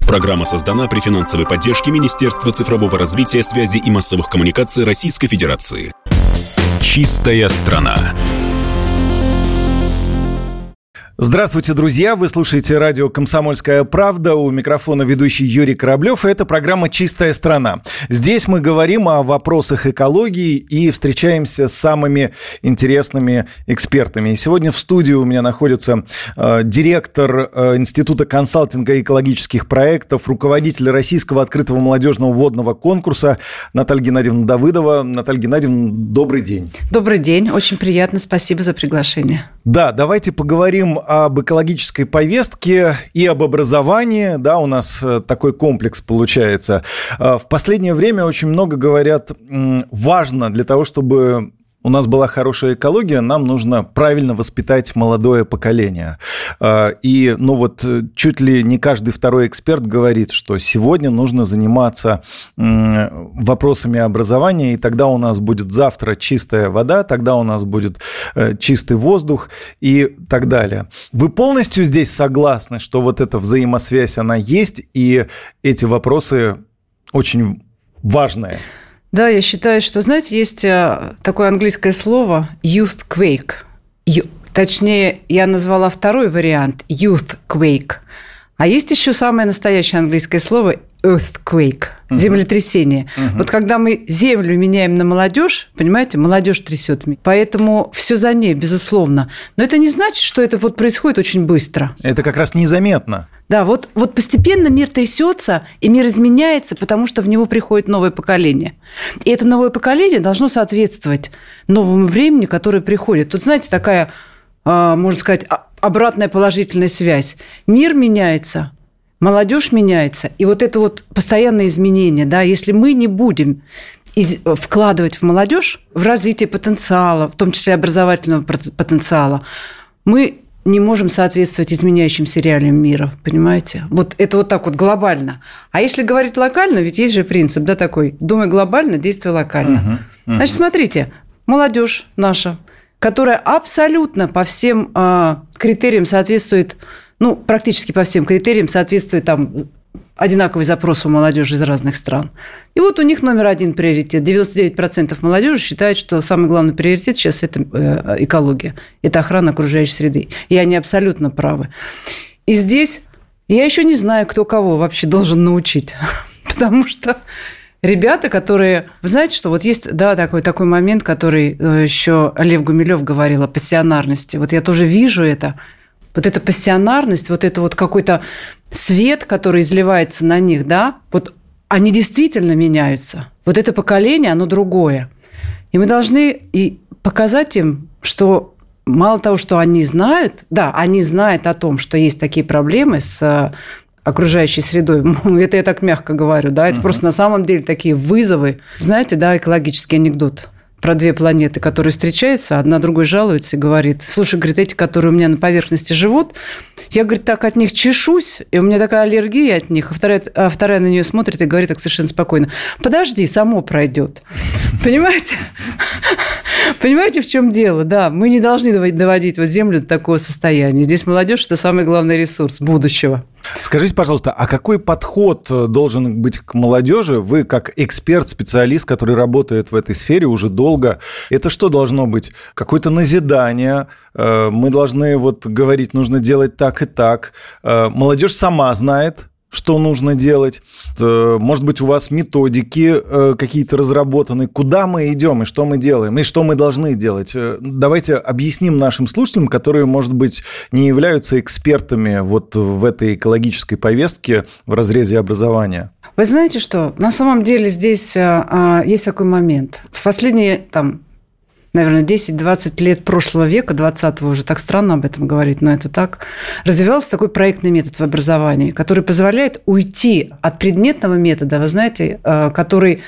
Программа создана при финансовой поддержке Министерства цифрового развития, связи и массовых коммуникаций Российской Федерации. Чистая страна. Здравствуйте, друзья! Вы слушаете радио «Комсомольская правда». У микрофона ведущий Юрий Кораблев. И это программа «Чистая страна». Здесь мы говорим о вопросах экологии и встречаемся с самыми интересными экспертами. И сегодня в студии у меня находится директор Института консалтинга и экологических проектов, руководитель Российского открытого молодежного водного конкурса Наталья Геннадьевна Давыдова. Наталья Геннадьевна, добрый день. Добрый день. Очень приятно. Спасибо за приглашение. Да, давайте поговорим об экологической повестке и об образовании. Да, у нас такой комплекс получается. В последнее время очень много говорят, важно для того, чтобы у нас была хорошая экология, нам нужно правильно воспитать молодое поколение. И, чуть ли не каждый второй эксперт говорит, что сегодня нужно заниматься вопросами образования, и тогда у нас будет завтра чистая вода, тогда у нас будет чистый воздух и так далее. Вы полностью здесь согласны, что вот эта взаимосвязь, она есть, и эти вопросы очень важные? Да, я считаю, что, знаете, есть такое английское слово youthquake. Точнее, я назвала второй вариант youthquake. А есть еще самое настоящее английское слово earthquake, землетрясение. Вот когда мы землю меняем на молодежь, понимаете, молодежь трясет. Поэтому все за ней, безусловно. Но это не значит, что это вот происходит очень быстро. Это как раз незаметно. Да, вот постепенно мир трясется, и мир изменяется, потому что в него приходит новое поколение. И это новое поколение должно соответствовать новому времени, которое приходит. Тут, знаете, такая, можно сказать, обратная положительная связь. Мир меняется, молодежь меняется, и вот это вот постоянное изменение, да, если мы не будем вкладывать в молодежь, в развитие потенциала, в том числе образовательного потенциала, мы не можем соответствовать изменяющимся реалиям мира, понимаете? Вот это вот так вот глобально. А если говорить локально, ведь есть же принцип, да, такой: думай глобально, действуй локально. Значит, смотрите, молодежь наша, которая абсолютно по всем критериям соответствует, практически по всем критериям соответствует там одинаковый запрос у молодежи из разных стран. И вот у них номер один приоритет. 99% молодежи считают, что самый главный приоритет сейчас – это экология, это охрана окружающей среды. И они абсолютно правы. И здесь я еще не знаю, кто кого вообще должен научить. Потому что ребята, которые... Вы знаете, что вот есть, да, такой момент, который еще Лев Гумилев говорил о пассионарности. Вот я тоже вижу это. Вот эта пассионарность, вот это вот какой-то свет, который изливается на них, да, вот они действительно меняются. Вот это поколение, оно другое. И мы должны и показать им, что мало того, что они знают, да, они знают о том, что есть такие проблемы с окружающей средой. Это я так мягко говорю, да, это просто на самом деле такие вызовы. Знаете, да, экологический анекдот про две планеты, которые встречаются, одна другой жалуется и говорит: слушай, говорит, эти, которые у меня на поверхности живут, я, говорит, так от них чешусь, и у меня такая аллергия от них, а вторая на нее смотрит и говорит так совершенно спокойно: подожди, само пройдет. Понимаете? Понимаете, в чем дело? Да, мы не должны доводить вот Землю до такого состояния. Здесь молодежь – это самый главный ресурс будущего. Скажите, пожалуйста, а какой подход должен быть к молодежи? Вы как эксперт, специалист, который работает в этой сфере уже долго. Это что должно быть? Какое-то назидание? Мы должны говорить, нужно делать так и так. Молодежь сама знает, что нужно делать. Может быть, у вас методики какие-то разработаны. Куда мы идем и что мы делаем, и что мы должны делать? Давайте объясним нашим слушателям, которые, может быть, не являются экспертами в этой экологической повестке в разрезе образования. Вы знаете что? На самом деле здесь есть такой момент. В последние, наверное, 10-20 лет прошлого века, 20-го, уже так странно об этом говорить, но это так, развивался такой проектный метод в образовании, который позволяет уйти от предметного метода, вы знаете, который,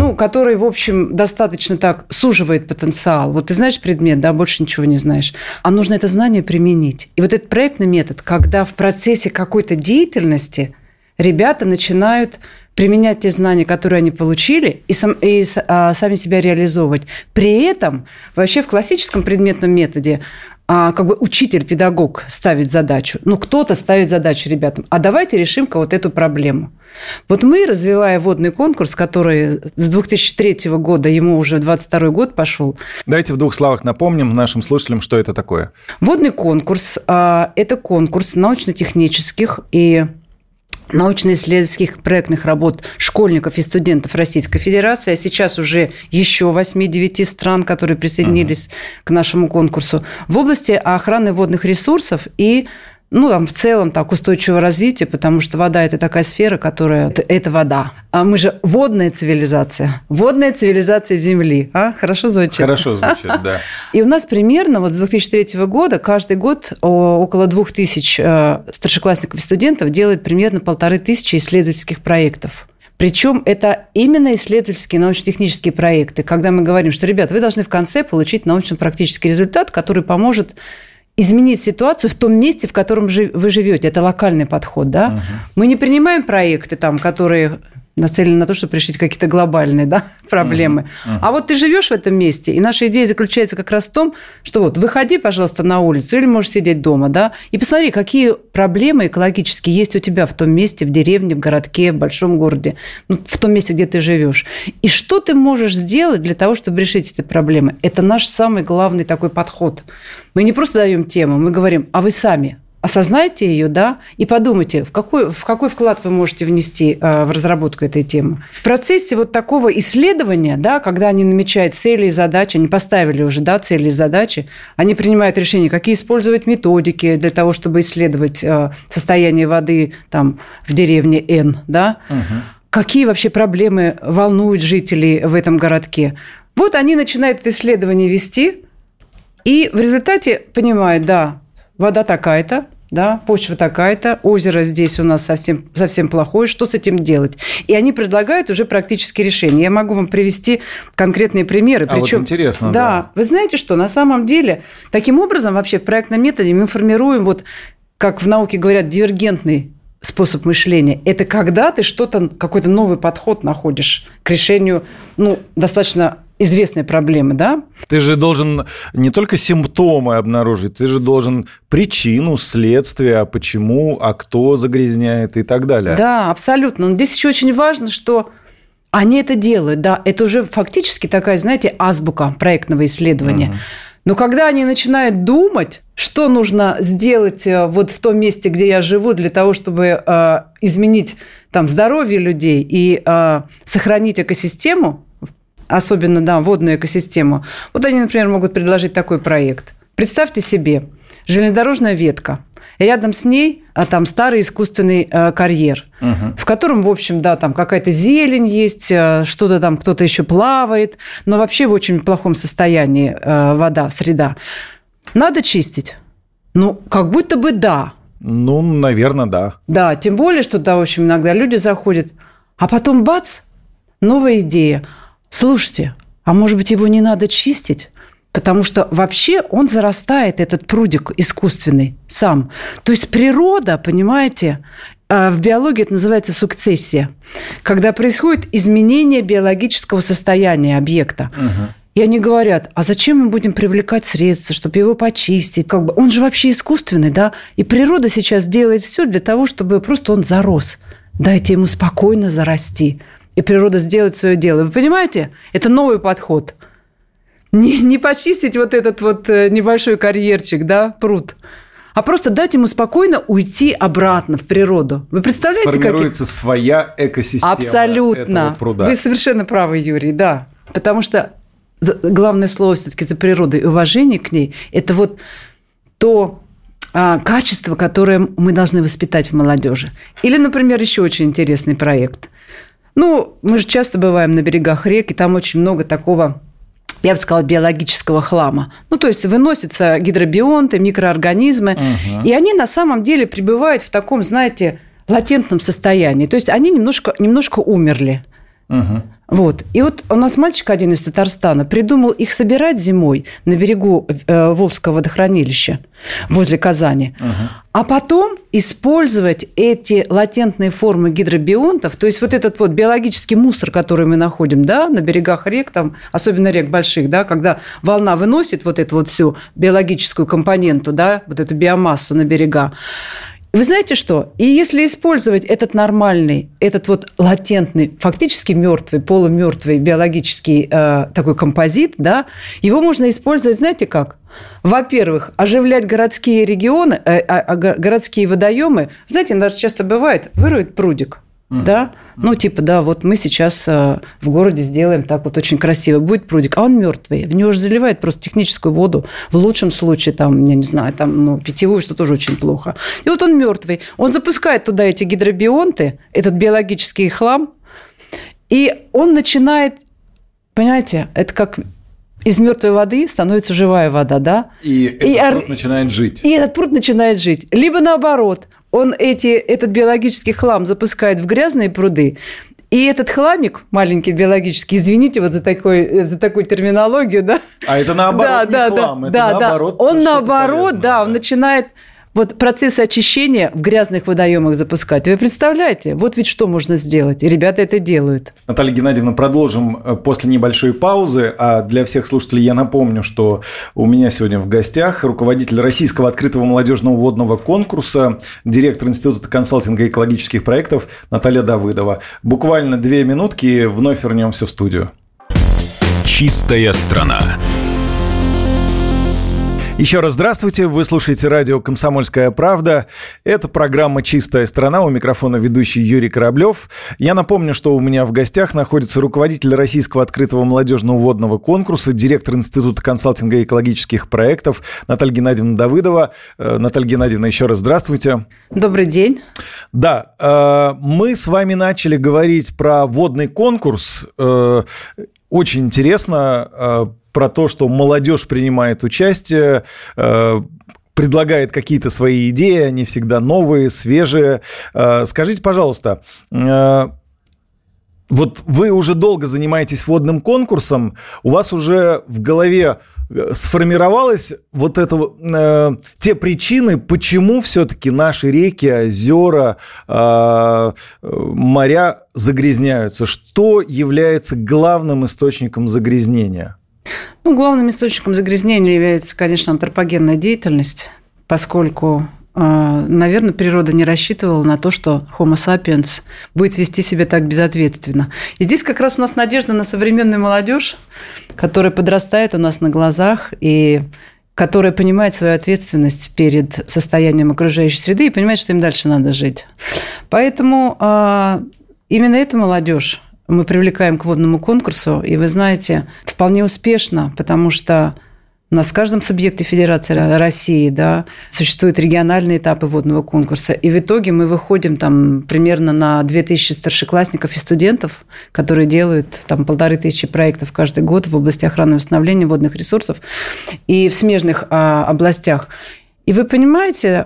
в общем, достаточно так суживает потенциал. Вот ты знаешь предмет, да, больше ничего не знаешь. А нужно это знание применить. И вот этот проектный метод, когда в процессе какой-то деятельности ребята начинают применять те знания, которые они получили, и сами себя реализовывать. При этом вообще в классическом предметном методе как бы учитель, педагог ставит задачу. Ну, кто-то ставит задачу ребятам. А давайте решим-ка вот эту проблему. Вот мы, развивая водный конкурс, который с 2003 года, ему уже 22-й год пошел. Давайте в двух словах напомним нашим слушателям, что это такое. Водный конкурс – это конкурс научно-технических и научно-исследовательских проектных работ школьников и студентов Российской Федерации, а сейчас уже еще 8-9 стран, которые присоединились к нашему конкурсу, в области охраны водных ресурсов и в целом так, устойчивого развития, потому что вода – это такая сфера, которая… Это вода. А мы же водная цивилизация Земли. Хорошо звучит? Хорошо звучит, да. И у нас примерно с 2003 года каждый год около 2000 старшеклассников и студентов делает примерно 1500 исследовательских проектов. Причем это именно исследовательские научно-технические проекты, когда мы говорим, что, ребят, вы должны в конце получить научно-практический результат, который поможет изменить ситуацию в том месте, в котором вы живете. Это локальный подход, да? Угу. Мы не принимаем проекты, которые нацелены на то, чтобы решить какие-то глобальные проблемы. А вот ты живешь в этом месте, и наша идея заключается как раз в том, что выходи, пожалуйста, на улицу, или можешь сидеть дома, да, и посмотри, какие проблемы экологические есть у тебя в том месте, в деревне, в городке, в большом городе, в том месте, где ты живешь. И что ты можешь сделать для того, чтобы решить эти проблемы? Это наш самый главный такой подход. Мы не просто даем тему, мы говорим, а вы сами осознайте ее, да, и подумайте, в какой вклад вы можете внести в разработку этой темы. В процессе такого исследования, да, когда они намечают цели и задачи, они поставили уже, да, цели и задачи, они принимают решение, какие использовать методики для того, чтобы исследовать состояние воды в деревне Н, да, какие вообще проблемы волнуют жителей в этом городке. Вот они начинают это исследование вести, и в результате понимают, да, вода такая-то, да, почва такая-то, озеро здесь у нас совсем плохое, что с этим делать? И они предлагают уже практические решения. Я могу вам привести конкретные примеры. Причем, интересно, да. Вы знаете, что на самом деле таким образом вообще в проектном методе мы формируем, как в науке говорят, дивергентный способ мышления. Это когда ты какой-то новый подход находишь к решению, достаточно известной проблемы, да? Ты же должен не только симптомы обнаружить, ты же должен причину, следствие, почему, кто загрязняет и так далее. Да, абсолютно. Но здесь еще очень важно, что они это делают, да, это уже фактически такая, знаете, азбука проектного исследования. Но когда они начинают думать, что нужно сделать в том месте, где я живу, для того, чтобы изменить здоровье людей и сохранить экосистему, особенно, да, водную экосистему, они, например, могут предложить такой проект. Представьте себе, железнодорожная ветка, и рядом с ней старый искусственный карьер, в котором, в общем, да, какая-то зелень есть, что-то кто-то еще плавает, но вообще в очень плохом состоянии вода, среда. Надо чистить? Как будто бы да. Наверное, да. Да, тем более, что, да, в общем, иногда люди заходят, а потом бац, новая идея. Слушайте, а может быть, его не надо чистить? Потому что вообще он зарастает, этот прудик искусственный, сам. То есть природа, понимаете, в биологии это называется сукцессия, когда происходит изменение биологического состояния объекта. И они говорят, а зачем мы будем привлекать средства, чтобы его почистить? Он же вообще искусственный, да? И природа сейчас делает все для того, чтобы просто он зарос. Дайте ему спокойно зарасти. И природа сделает свое дело. Вы понимаете? Это новый подход. Не почистить этот небольшой карьерчик, да, пруд, а просто дать ему спокойно уйти обратно в природу. Вы представляете, сформируется своя экосистема абсолютно. Этого пруда. Вы совершенно правы, Юрий, да. Потому что главное слово все-таки за природой и уважение к ней – это то качество, которое мы должны воспитать в молодежи. Или, например, еще очень интересный проект. Мы же часто бываем на берегах рек, и там очень много такого, я бы сказала, биологического хлама. То есть выносятся гидробионты, микроорганизмы, и они на самом деле пребывают в таком, знаете, латентном состоянии. То есть они немножко умерли. Угу. Вот. И вот у нас мальчик один из Татарстана придумал их собирать зимой на берегу Волжского водохранилища возле Казани, а потом использовать эти латентные формы гидробионтов, то есть вот этот вот биологический мусор, который мы находим, да, на берегах рек, там, особенно рек больших, да, когда волна выносит вот эту вот всю биологическую компоненту, да, вот эту биомассу на берега. Вы знаете что? И если использовать этот нормальный, этот вот латентный, фактически мертвый, полумертвый биологический такой композит, да, его можно использовать, знаете как? Во-первых, оживлять городские регионы, городские водоемы. Знаете, даже часто бывает, выроет прудик. Да? Ну, типа, да, вот мы сейчас в городе сделаем так вот очень красиво. Будет прудик, а он мертвый. В него же заливают просто техническую воду. В лучшем случае, там, я не знаю, там, ну, питьевую, что тоже очень плохо. И вот он мертвый. Он запускает туда эти гидробионты, этот биологический хлам, и он начинает, понимаете, это как из мертвой воды становится живая вода, да? И этот пруд начинает жить. И этот пруд начинает жить. Либо наоборот, он этот биологический хлам запускает в грязные пруды, и этот хламик маленький биологический, извините вот за такую терминологию, да? А это наоборот не хлам, это наоборот. Он наоборот, да, он начинает вот процессы очищения в грязных водоемах запускать. Вы представляете? Вот ведь что можно сделать. И ребята это делают. Наталья Геннадьевна, продолжим после небольшой паузы. А для всех слушателей я напомню, что у меня сегодня в гостях руководитель Российского открытого молодежного водного конкурса, директор Института консалтинга и экологических проектов Наталья Давыдова. Буквально 2 минутки, и вновь вернемся в студию. Чистая страна. Еще раз здравствуйте, вы слушаете радио «Комсомольская правда». Это программа «Чистая страна», у микрофона ведущий Юрий Кораблев. Я напомню, что у меня в гостях находится руководитель Российского открытого молодежного водного конкурса, директор Института консалтинга и экологических проектов Наталья Геннадьевна Давыдова. Наталья Геннадьевна, еще раз здравствуйте. Добрый день. Да, мы с вами начали говорить про водный конкурс. Очень интересно про то, что молодежь принимает участие, предлагает какие-то свои идеи, они всегда новые, свежие. Скажите, пожалуйста, вот вы уже долго занимаетесь водным конкурсом, у вас уже в голове сформировалось вот это, те причины, почему все-таки наши реки, озера, моря загрязняются? Что является главным источником загрязнения? Ну, главным источником загрязнения является, конечно, антропогенная деятельность, поскольку, наверное, природа не рассчитывала на то, что Homo sapiens будет вести себя так безответственно. И здесь как раз у нас надежда на современную молодежь, которая подрастает у нас на глазах и которая понимает свою ответственность перед состоянием окружающей среды и понимает, что им дальше надо жить. Поэтому именно эту молодежь мы привлекаем к водному конкурсу, и вы знаете, вполне успешно, потому что у нас в каждом субъекте Федерации России, да, существуют региональные этапы водного конкурса, и в итоге мы выходим там примерно на 2000 старшеклассников и студентов, которые делают там 1500 проектов каждый год в области охраны и восстановления водных ресурсов и в смежных областях. И вы понимаете,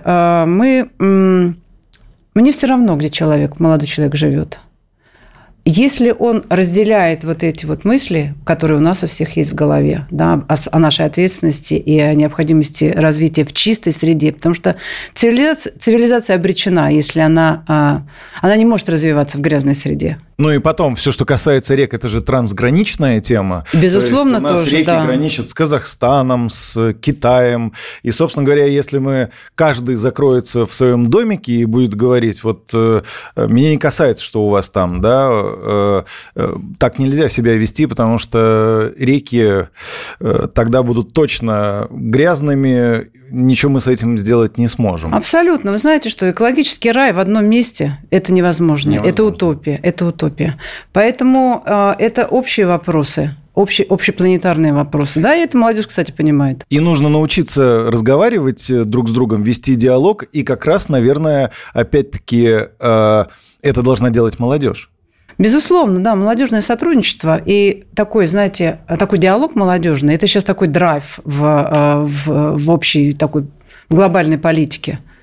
мне все равно, где молодой человек живет. Если он разделяет вот эти вот мысли, которые у нас у всех есть в голове, да, о нашей ответственности и о необходимости развития в чистой среде, потому что цивилизация обречена, если она не может развиваться в грязной среде. Ну и потом, все, что касается рек, это же трансграничная тема. Безусловно, тоже, да. У нас реки граничат с Казахстаном, с Китаем. И, собственно говоря, если каждый закроется в своем домике и будет говорить, вот меня не касается, что у вас там, да, так нельзя себя вести, потому что реки тогда будут точно грязными, ничего мы с этим сделать не сможем. Абсолютно. Вы знаете, что экологический рай в одном месте – это невозможно. Это утопия. Поэтому это общие вопросы, общепланетарные вопросы. Да, и это молодежь, кстати, понимает. И нужно научиться разговаривать друг с другом, вести диалог. И как раз, наверное, опять-таки, это должна делать молодежь. Безусловно, да, молодежное сотрудничество и такой, знаете, такой диалог молодежный – это сейчас такой драйв в общей такой глобальной политике.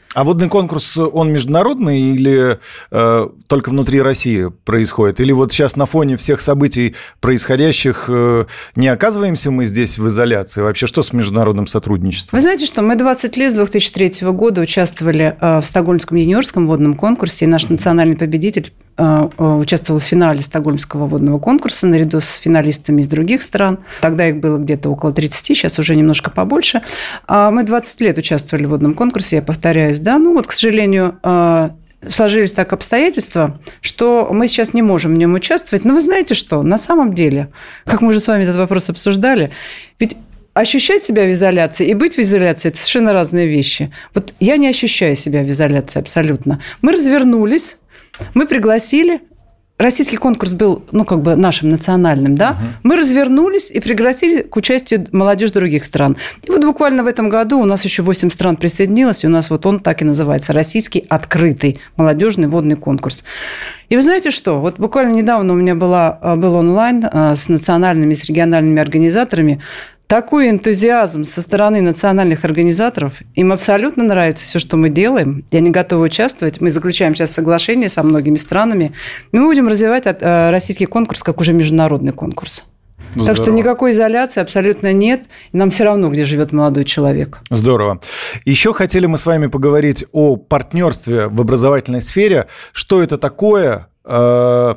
А водный конкурс, он международный или только внутри России происходит? Или вот сейчас на фоне всех событий происходящих не оказываемся мы здесь в изоляции? Вообще, что с международным сотрудничеством? Вы знаете, что мы 20 лет с 2003 года участвовали в Стокгольмском юниорском водном конкурсе, и наш национальный победитель участвовал в финале Стокгольмского водного конкурса наряду с финалистами из других стран. Тогда их было где-то около 30, сейчас уже немножко побольше. Мы 20 лет участвовали в водном конкурсе, я повторяюсь, да. Ну вот, к сожалению, сложились так обстоятельства, что мы сейчас не можем в нем участвовать. Но вы знаете что? На самом деле, как мы уже с вами этот вопрос обсуждали, ведь ощущать себя в изоляции и быть в изоляции – это совершенно разные вещи. Вот я не ощущаю себя в изоляции абсолютно. Мы развернулись, мы пригласили. Российский конкурс был, нашим национальным, да? Мы развернулись и пригласили к участию молодежь других стран. И вот буквально в этом году у нас еще 8 стран присоединилось, и у нас вот он так и называется – Российский открытый молодежный водный конкурс. И вы знаете что? Вот буквально недавно у меня был онлайн с национальными, с региональными организаторами. Такой энтузиазм со стороны национальных организаторов. Им абсолютно нравится все, что мы делаем. И они готовы участвовать. Мы заключаем сейчас соглашение со многими странами. И мы будем развивать российский конкурс как уже международный конкурс. Здорово. Так что никакой изоляции абсолютно нет. И нам все равно, где живет молодой человек. Здорово. Еще хотели мы с вами поговорить о партнерстве в образовательной сфере. Что это такое? Это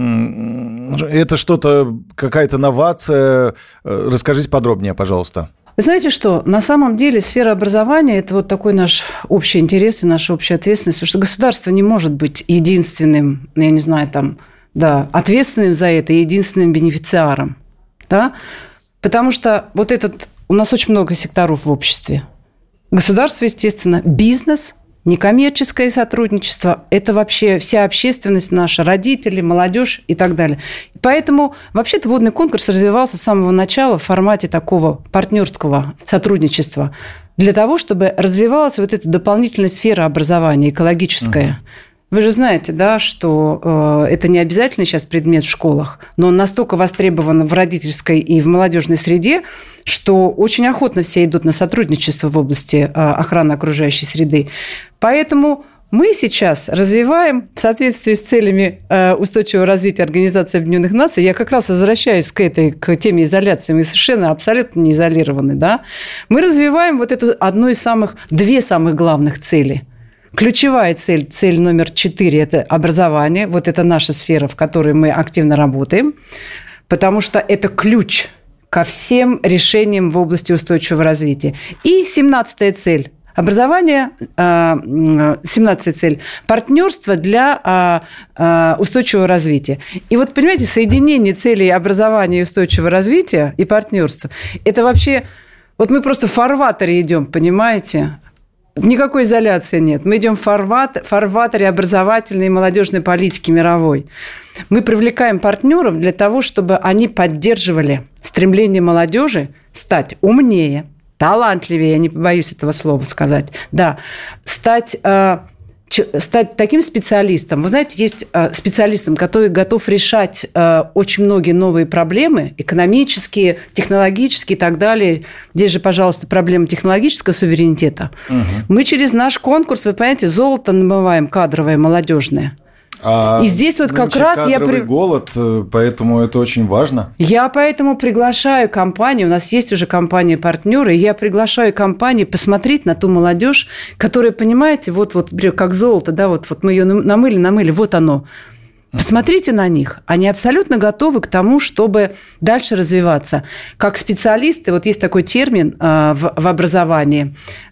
что-то, какая-то новация? Расскажите подробнее, пожалуйста. Вы знаете что? На самом деле сфера образования – это вот такой наш общий интерес и наша общая ответственность, потому что государство не может быть единственным, ответственным за это, единственным бенефициаром. Да? Потому что у нас очень много секторов в обществе. Государство, естественно, бизнес – некоммерческое сотрудничество – это вообще вся общественность наша, родители, молодежь и так далее. Поэтому вообще-то водный конкурс развивался с самого начала в формате такого партнерского сотрудничества для того, чтобы развивалась вот эта дополнительная сфера образования, экологическая. Вы же знаете, да, что это не обязательно сейчас предмет в школах, но он настолько востребован в родительской и в молодежной среде, что очень охотно все идут на сотрудничество в области охраны окружающей среды. Поэтому мы сейчас развиваем в соответствии с целями устойчивого развития Организации Объединенных Наций. Я как раз возвращаюсь к теме изоляции. Мы совершенно абсолютно не изолированы. Да? Мы развиваем две самых главных цели. Ключевая цель номер 4 – это образование. Вот это наша сфера, в которой мы активно работаем, потому что это ключ ко всем решениям в области устойчивого развития. И 17-я цель – образование, 17-я цель – партнерство для устойчивого развития. И вот, понимаете, соединение целей образования и устойчивого развития и партнерства – это вообще… Вот мы просто в фарватере идем, понимаете? Никакой изоляции нет. Мы идем в фарватере образовательной и молодежной политики мировой. Мы привлекаем партнеров для того, чтобы они поддерживали стремление молодежи стать умнее, талантливее, я не побоюсь этого слова сказать, да, стать таким специалистом. Вы знаете, есть специалистом, который готов решать очень многие новые проблемы, экономические, технологические и так далее. Здесь же, пожалуйста, проблема технологического суверенитета. Угу. Мы через наш конкурс, вы понимаете, золото намываем кадровое, молодежное. И здесь вот как раз голод, поэтому это очень важно. Я поэтому приглашаю компании, у нас есть уже компании-партнеры, я приглашаю компании посмотреть на ту молодежь, которая, понимаете, вот как золото, да, вот мы ее намыли, вот оно. Посмотрите на них. Они абсолютно готовы к тому, чтобы дальше развиваться. Как специалисты, вот есть такой термин в образовании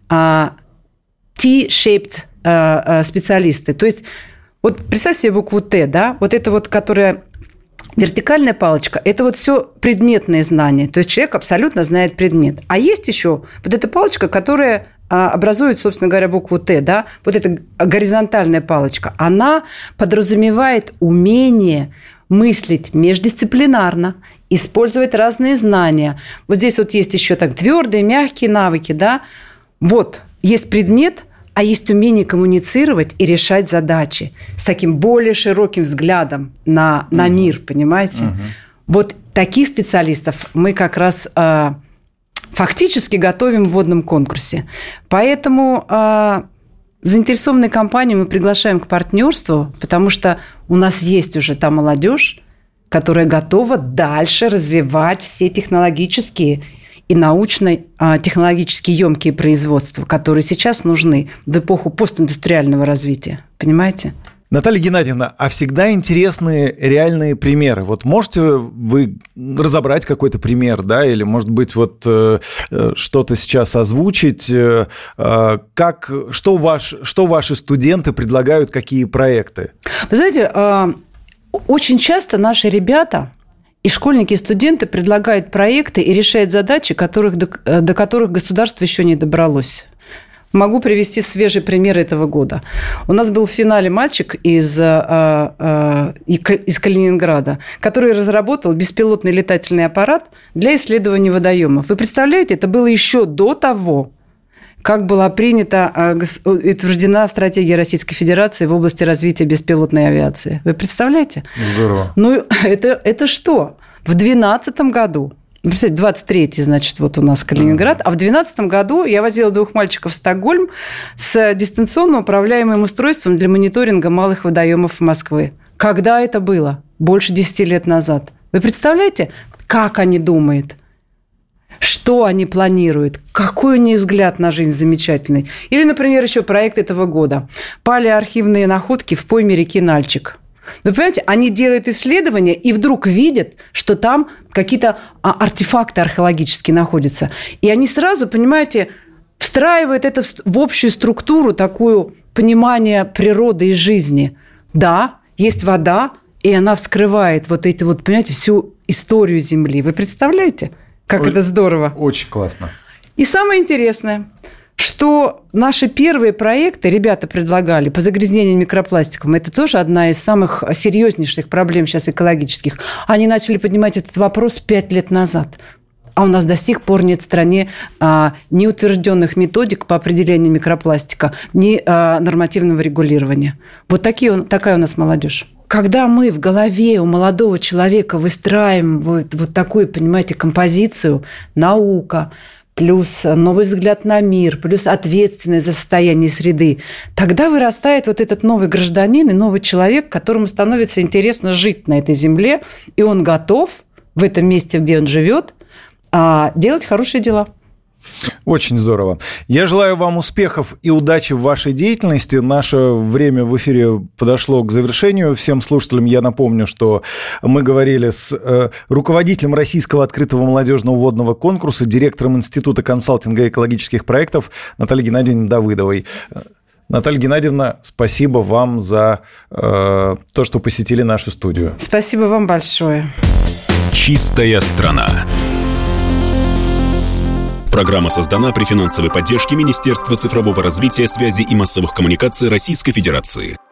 T-shaped специалисты. То есть вот представьте себе букву Т, да, вот это вот, которая вертикальная палочка, это вот все предметные знания. То есть человек абсолютно знает предмет. А есть еще вот эта палочка, которая образует, собственно говоря, букву Т, да, вот эта горизонтальная палочка. Она подразумевает умение мыслить междисциплинарно, использовать разные знания. Вот здесь вот есть еще так твердые, мягкие навыки, да. Вот есть предмет, а есть умение коммуницировать и решать задачи с таким более широким взглядом на мир, понимаете? Вот таких специалистов мы как раз фактически готовим в водном конкурсе. Поэтому заинтересованные компании мы приглашаем к партнерству, потому что у нас есть уже та молодежь, которая готова дальше развивать все технологические и научно-технологически емкие производства, которые сейчас нужны в эпоху постиндустриального развития. Понимаете? Наталья Геннадьевна, а всегда интересны реальные примеры. Вот можете вы разобрать какой-то пример, да, или, может быть, что-то сейчас озвучить? Что ваши студенты предлагают, какие проекты? Вы знаете, очень часто наши ребята и школьники, и студенты предлагают проекты и решают задачи, до которых государство еще не добралось. Могу привести свежий пример этого года. У нас был в финале мальчик из Калининграда, который разработал беспилотный летательный аппарат для исследования водоемов. Вы представляете, это было еще до того, как была принята и утверждена стратегия Российской Федерации в области развития беспилотной авиации. Вы представляете? Здорово. Ну, это что? В 2012 году. Представьте, 23-й, значит, вот у нас Калининград. А в 2012 году я возила 2 мальчиков в Стокгольм с дистанционно управляемым устройством для мониторинга малых водоемов Москвы. Когда это было? Больше 10 лет назад. Вы представляете, как они думают? Что они планируют? Какой у них взгляд на жизнь замечательный? Или, например, еще проект этого года. Палеоархивные находки в пойме реки Нальчик. Вы понимаете, они делают исследования и вдруг видят, что там какие-то артефакты археологические находятся. И они сразу, понимаете, встраивают это в общую структуру, такую понимание природы и жизни. Да, есть вода, и она вскрывает вот эти вот, понимаете, всю историю Земли. Вы представляете, как это здорово? Очень классно. И самое интересное, что наши первые проекты ребята предлагали по загрязнению микропластиком. Это тоже одна из самых серьезнейших проблем сейчас экологических. Они начали поднимать этот вопрос 5 лет назад. А у нас до сих пор нет в стране ни утвержденных методик по определению микропластика, ни нормативного регулирования. Вот такая у нас молодежь. Когда мы в голове у молодого человека выстраиваем вот такую, понимаете, композицию, наука, плюс новый взгляд на мир, плюс ответственность за состояние среды, тогда вырастает вот этот новый гражданин и новый человек, которому становится интересно жить на этой земле, и он готов в этом месте, где он живет, делать хорошие дела. Очень здорово. Я желаю вам успехов и удачи в вашей деятельности. Наше время в эфире подошло к завершению. Всем слушателям я напомню, что мы говорили с руководителем Российского открытого молодежного водного конкурса, директором Института консалтинга и экологических проектов Натальей Геннадьевной Давыдовой. Наталья Геннадьевна, спасибо вам за то, что посетили нашу студию. Спасибо вам большое. «Чистая страна». Программа создана при финансовой поддержке Министерства цифрового развития, связи и массовых коммуникаций Российской Федерации.